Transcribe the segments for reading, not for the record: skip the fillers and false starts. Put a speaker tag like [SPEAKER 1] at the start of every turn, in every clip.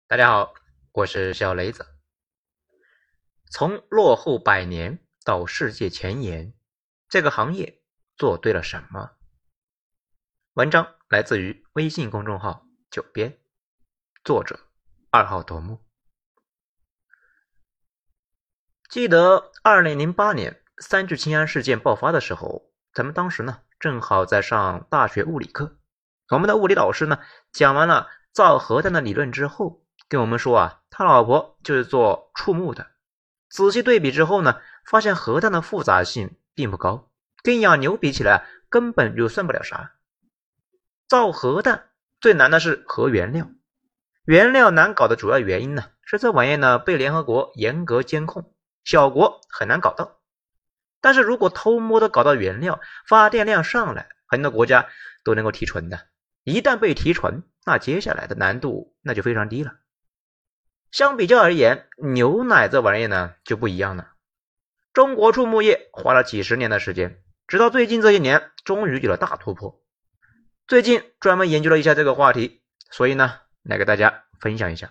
[SPEAKER 1] 大家好，我是小雷子。从落后100年到世界前沿，这个行业做对了什么？文章来自于微信公众号九编，作者2号头目。记得2008年三聚氰胺事件爆发的时候，咱们当时呢正好在上大学物理课，我们的物理老师呢讲完了造核弹的理论之后，跟我们说他老婆就是做触目的。仔细对比之后呢，发现核弹的复杂性并不高，跟养牛比起来根本就算不了啥。造核弹最难的是核原料，原料难搞的主要原因呢是这玩意呢被联合国严格监控，小国很难搞到。但是如果偷摸的搞到原料，发电量上来，很多国家都能够提纯的。一旦被提纯，那接下来的难度那就非常低了。相比较而言，牛奶这玩意呢就不一样了。中国畜牧业花了几十年的时间，直到最近这些年终于有了大突破。最近专门研究了一下这个话题，所以呢来给大家分享一下。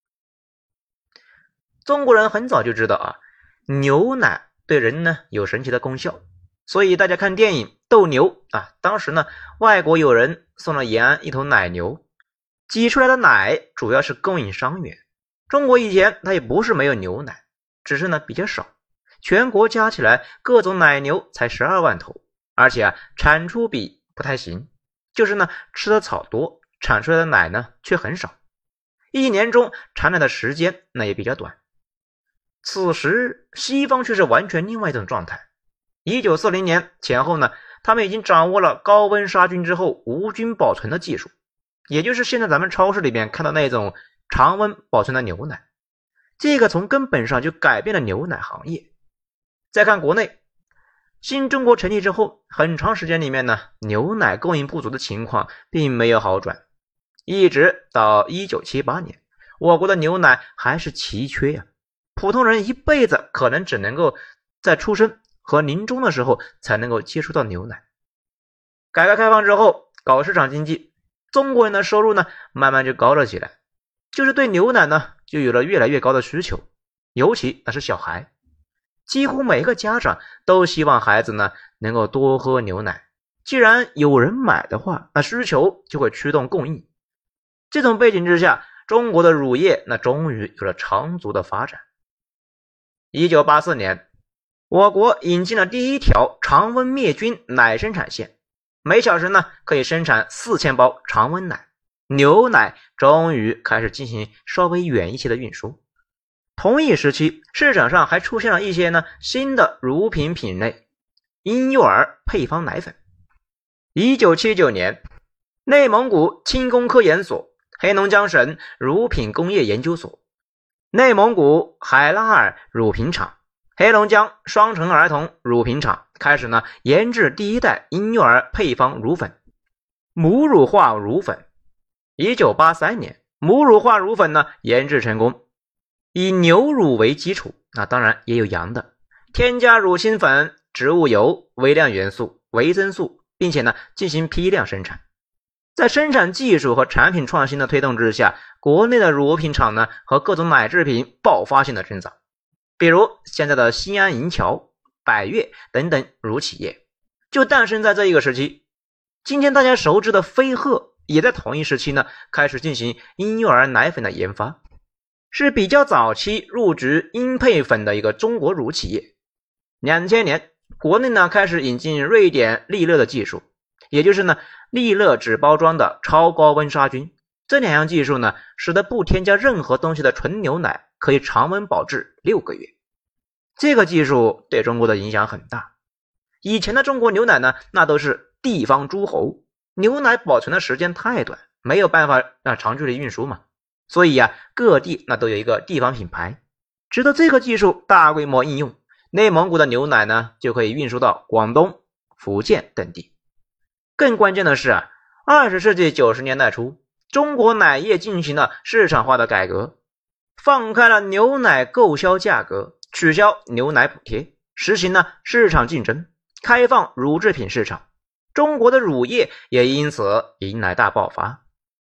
[SPEAKER 1] 中国人很早就知道牛奶对人呢有神奇的功效，所以大家看电影斗牛当时呢外国有人送了延安一头奶牛，挤出来的奶主要是供应伤员。中国以前它也不是没有牛奶，只是呢比较少，全国加起来各种奶牛才12万头，而且产出比不太行，就是呢吃的草多，产出来的奶呢却很少，一年中产奶的时间那也比较短。此时西方却是完全另外一种状态。1940年前后呢，他们已经掌握了高温杀菌之后无菌保存的技术，也就是现在咱们超市里面看到那种常温保存的牛奶，这个从根本上就改变了牛奶行业。再看国内，新中国成立之后，很长时间里面呢，牛奶供应不足的情况并没有好转，一直到1978年，我国的牛奶还是奇缺普通人一辈子可能只能够在出生和临终的时候才能够接触到牛奶。改革开放之后，搞市场经济，中国人的收入呢慢慢就高了起来，就是对牛奶呢就有了越来越高的需求，尤其那是小孩，几乎每个家长都希望孩子呢能够多喝牛奶，既然有人买的话，那需求就会驱动供应。这种背景之下，中国的乳业那终于有了长足的发展。1984年，我国引进了第一条常温灭菌奶生产线，每小时呢可以生产4000包常温奶，牛奶终于开始进行稍微远一些的运输。同一时期，市场上还出现了一些呢新的乳品品类，婴幼儿配方奶粉。1979年，内蒙古轻工科研所、黑龙江省乳品工业研究所、内蒙古海拉尔乳品厂、黑龙江双城儿童乳品厂开始呢研制第一代婴幼儿配方乳粉，母乳化乳粉。1983年，母乳化乳粉呢研制成功，以牛乳为基础，当然也有羊的，添加乳清粉、植物油、微量元素、维生素，并且呢进行批量生产。在生产技术和产品创新的推动之下，国内的乳品厂呢和各种奶制品爆发性的增长，比如现在的西安银桥、百悦等等乳企业就诞生在这一个时期。今天大家熟知的飞鹤也在同一时期呢开始进行婴幼儿奶粉的研发，是比较早期入职婴配粉的一个中国乳企业。2000年，国内呢开始引进瑞典利乐的技术，也就是呢利乐纸包装的超高温杀菌。这两样技术呢使得不添加任何东西的纯牛奶可以常温保质6个月。这个技术对中国的影响很大。以前的中国牛奶呢那都是地方诸侯，牛奶保存的时间太短，没有办法长距离运输嘛，所以各地那都有一个地方品牌。直到这个技术大规模应用，内蒙古的牛奶呢就可以运输到广东、福建等地。更关键的是20世纪90年代初，中国奶业进行了市场化的改革，放开了牛奶购销价格，取消牛奶补贴，实行了市场竞争，开放乳制品市场，中国的乳业也因此迎来大爆发。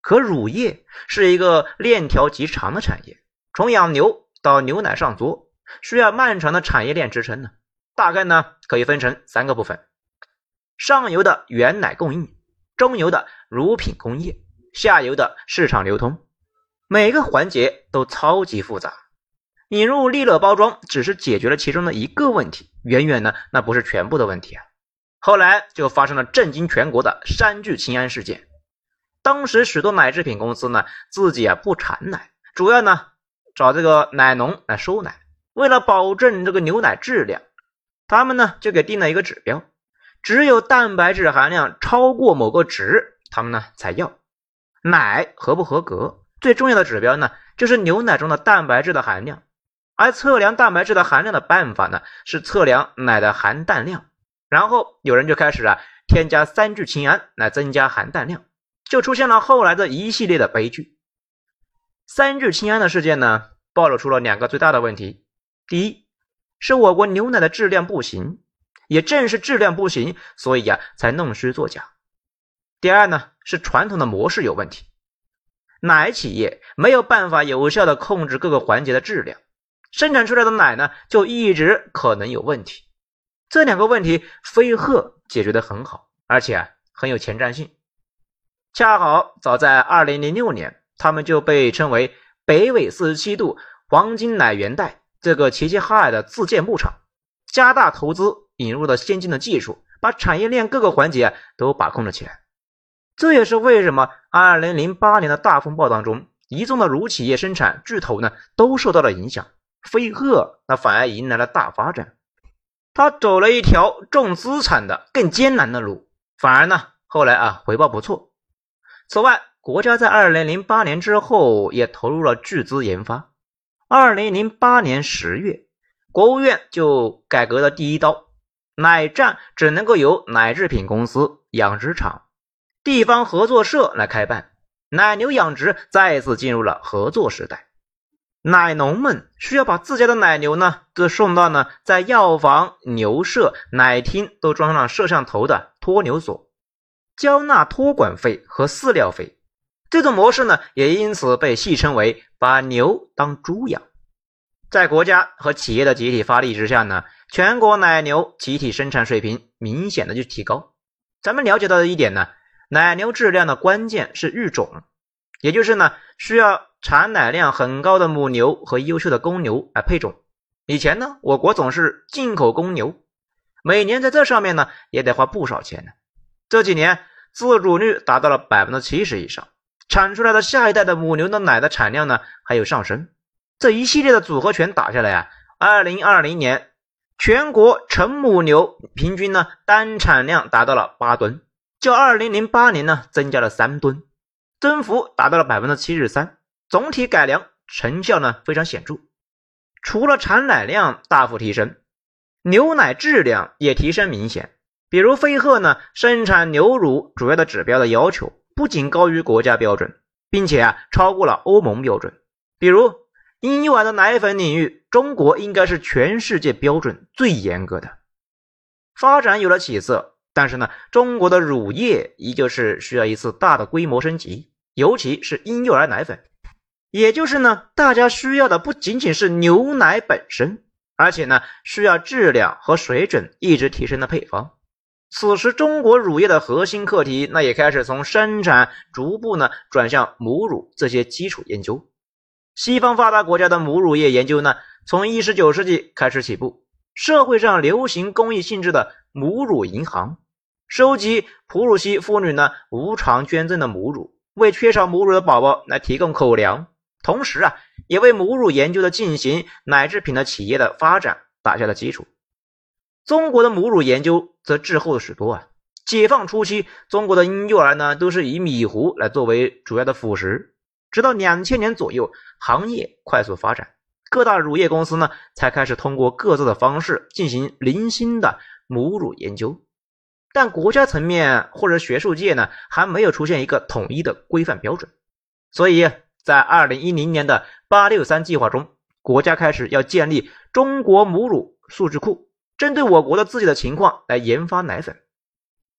[SPEAKER 1] 可乳业是一个链条极长的产业，从养牛到牛奶上桌，需要漫长的产业链支撑呢。大概呢可以分成3个部分：上游的原奶供应，中游的乳品工业，下游的市场流通。每个环节都超级复杂。引入利乐包装只是解决了其中的一个问题，远远呢那不是全部的问题啊。后来就发生了震惊全国的三聚氰胺事件。当时许多奶制品公司呢自己不产奶，主要呢找这个奶农来收奶。为了保证这个牛奶质量，他们呢就给定了一个指标，只有蛋白质含量超过某个值，他们呢才要。奶合不合格，最重要的指标呢就是牛奶中的蛋白质的含量。而测量蛋白质的含量的办法呢是测量奶的含氮量。然后有人就开始添加三聚氰胺来增加含氮量，就出现了后来的一系列的悲剧。三聚氰胺的事件呢暴露出了2个最大的问题。第一，是我国牛奶的质量不行，也正是质量不行，所以才弄虚作假。第二呢，是传统的模式有问题，奶企业没有办法有效的控制各个环节的质量，生产出来的奶呢就一直可能有问题。这2个问题飞鹤解决得很好，而且很有前瞻性。恰好早在2006年，他们就被称为北纬47度黄金奶源带这个齐齐哈尔的自建牧场，加大投资，引入了先进的技术，把产业链各个环节都把控了起来。这也是为什么2008年的大风暴当中，一众的乳企业生产巨头呢都受到了影响，飞鹤那反而迎来了大发展。他走了一条重资产的更艰难的路，反而呢后来回报不错。此外，国家在2008年之后也投入了巨资研发。2008年10月，国务院就改革了第一刀，奶站只能够由奶制品公司、养殖场、地方合作社来开办，奶牛养殖再次进入了合作时代。奶农们需要把自家的奶牛呢都送到呢在药房、牛舍、奶厅都装上摄像头的托牛所，交纳托管费和饲料费。这种模式呢也因此被戏称为把牛当猪养。在国家和企业的集体发力之下呢，全国奶牛集体生产水平明显的就提高。咱们了解到的一点呢，奶牛质量的关键是育种，也就是呢需要产奶量很高的母牛和优秀的公牛来配种。以前呢我国总是进口公牛，每年在这上面呢也得花不少钱呢。这几年自主率达到了 70% 以上，产出来的下一代的母牛的奶的产量呢还有上升。这一系列的组合拳打下来2020年全国成母牛平均呢单产量达到了8吨，较2008年呢增加了3吨，增幅达到了 73%， 总体改良成效呢非常显著。除了产奶量大幅提升，牛奶质量也提升明显。比如飞鹤呢生产牛乳主要的指标的要求不仅高于国家标准，并且超过了欧盟标准。比如婴幼儿的奶粉领域，中国应该是全世界标准最严格的。发展有了起色，但是呢中国的乳业依旧是需要一次大的规模升级，尤其是婴幼儿奶粉。也就是呢大家需要的不仅仅是牛奶本身，而且呢需要质量和水准一直提升的配方。此时中国乳业的核心课题那也开始从生产逐步呢转向母乳这些基础研究。西方发达国家的母乳业研究呢从19世纪开始起步，社会上流行公益性质的母乳银行，收集哺乳期妇女呢无偿捐赠的母乳，为缺少母乳的宝宝来提供口粮，同时也为母乳研究的进行奶制品的企业的发展打下了基础。中国的母乳研究则滞后许多解放初期，中国的婴幼儿呢都是以米糊来作为主要的辅食，直到2000年左右，行业快速发展，各大乳业公司呢才开始通过各自的方式进行零星的母乳研究。但国家层面或者学术界呢还没有出现一个统一的规范标准。所以在2010年的863计划中，国家开始要建立中国母乳数据库，针对我国的自己的情况来研发奶粉。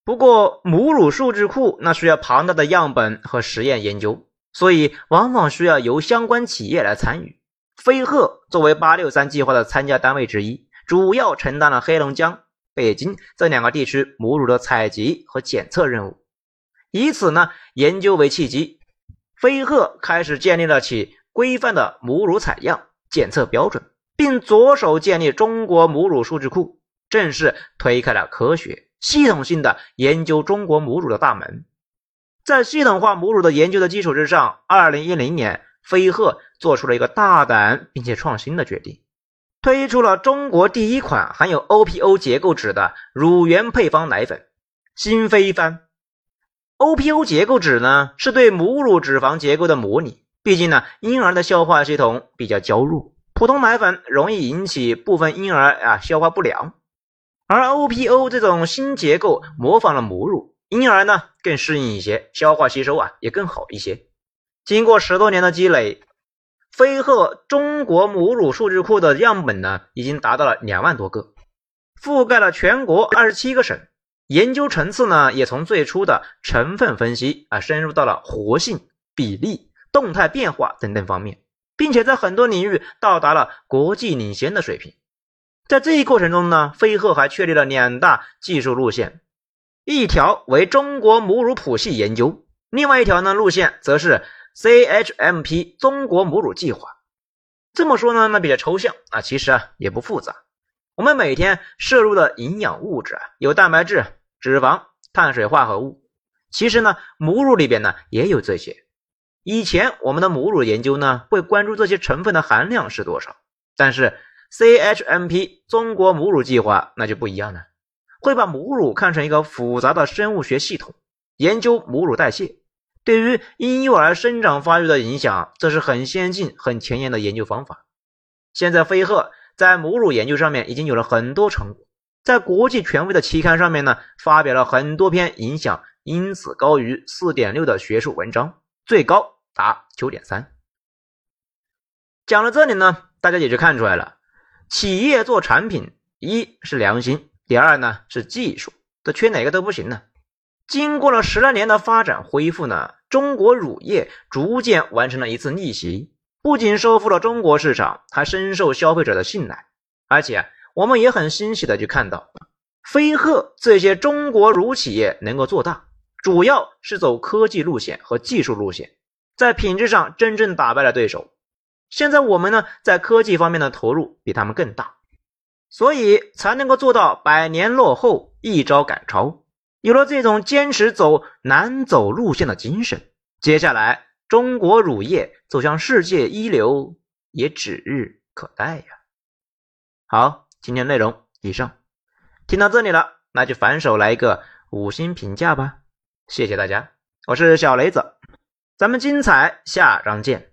[SPEAKER 1] 不过母乳数据库那需要庞大的样本和实验研究，所以往往需要由相关企业来参与。飞鹤作为863计划的参加单位之一，主要承担了黑龙江、北京这2个地区母乳的采集和检测任务。以此呢，研究为契机，飞鹤开始建立了起规范的母乳采样检测标准，并着手建立中国母乳数据库，正式推开了科学系统性的研究中国母乳的大门。在系统化母乳的研究的基础之上，2010年飞鹤做出了一个大胆并且创新的决定，推出了中国第一款含有 OPO 结构脂的乳源配方奶粉新飞帆。 OPO 结构脂呢，是对母乳脂肪结构的模拟，毕竟呢婴儿的消化系统比较娇弱，普通奶粉容易引起部分婴儿消化不良，而 OPO 这种新结构模仿了母乳，婴儿呢更适应一些，消化吸收也更好一些。经过10多年的积累，飞鹤中国母乳数据库的样本呢已经达到了2万多个，覆盖了全国27个省。研究层次呢也从最初的成分分析深入到了活性、比例、动态变化等等方面，并且在很多领域到达了国际领先的水平。在这一过程中呢，飞鹤还确立了2大技术路线，一条为中国母乳谱系研究，另外一条呢路线则是 CHMP 中国母乳计划。这么说呢那比较抽象其实也不复杂。我们每天摄入的营养物质有蛋白质、脂肪、碳水化合物，其实呢母乳里边呢也有这些。以前我们的母乳研究呢会关注这些成分的含量是多少，但是 CHMP 中国母乳计划那就不一样了，会把母乳看成一个复杂的生物学系统，研究母乳代谢对于婴幼儿生长发育的影响，这是很先进很前沿的研究方法。现在飞鹤在母乳研究上面已经有了很多成果，在国际权威的期刊上面呢发表了很多篇影响因子高于 4.6 的学术文章，最高达 9.3。 讲到这里呢，大家也就看出来了，企业做产品，一是良心，第二呢是技术，这缺哪个都不行呢。经过了10来年的发展恢复呢，中国乳业逐渐完成了一次逆袭，不仅收复了中国市场，还深受消费者的信赖。而且我们也很欣喜的去看到，飞鹤这些中国乳企业能够做大，主要是走科技路线和技术路线，在品质上真正打败了对手。现在我们呢在科技方面的投入比他们更大，所以才能够做到100年落后，一朝赶超。有了这种坚持走难走路线的精神，接下来中国乳业走向世界一流也指日可待呀。好，今天内容以上，听到这里了，那就反手来一个5星评价吧，谢谢大家，我是小雷子，咱们精彩下章见。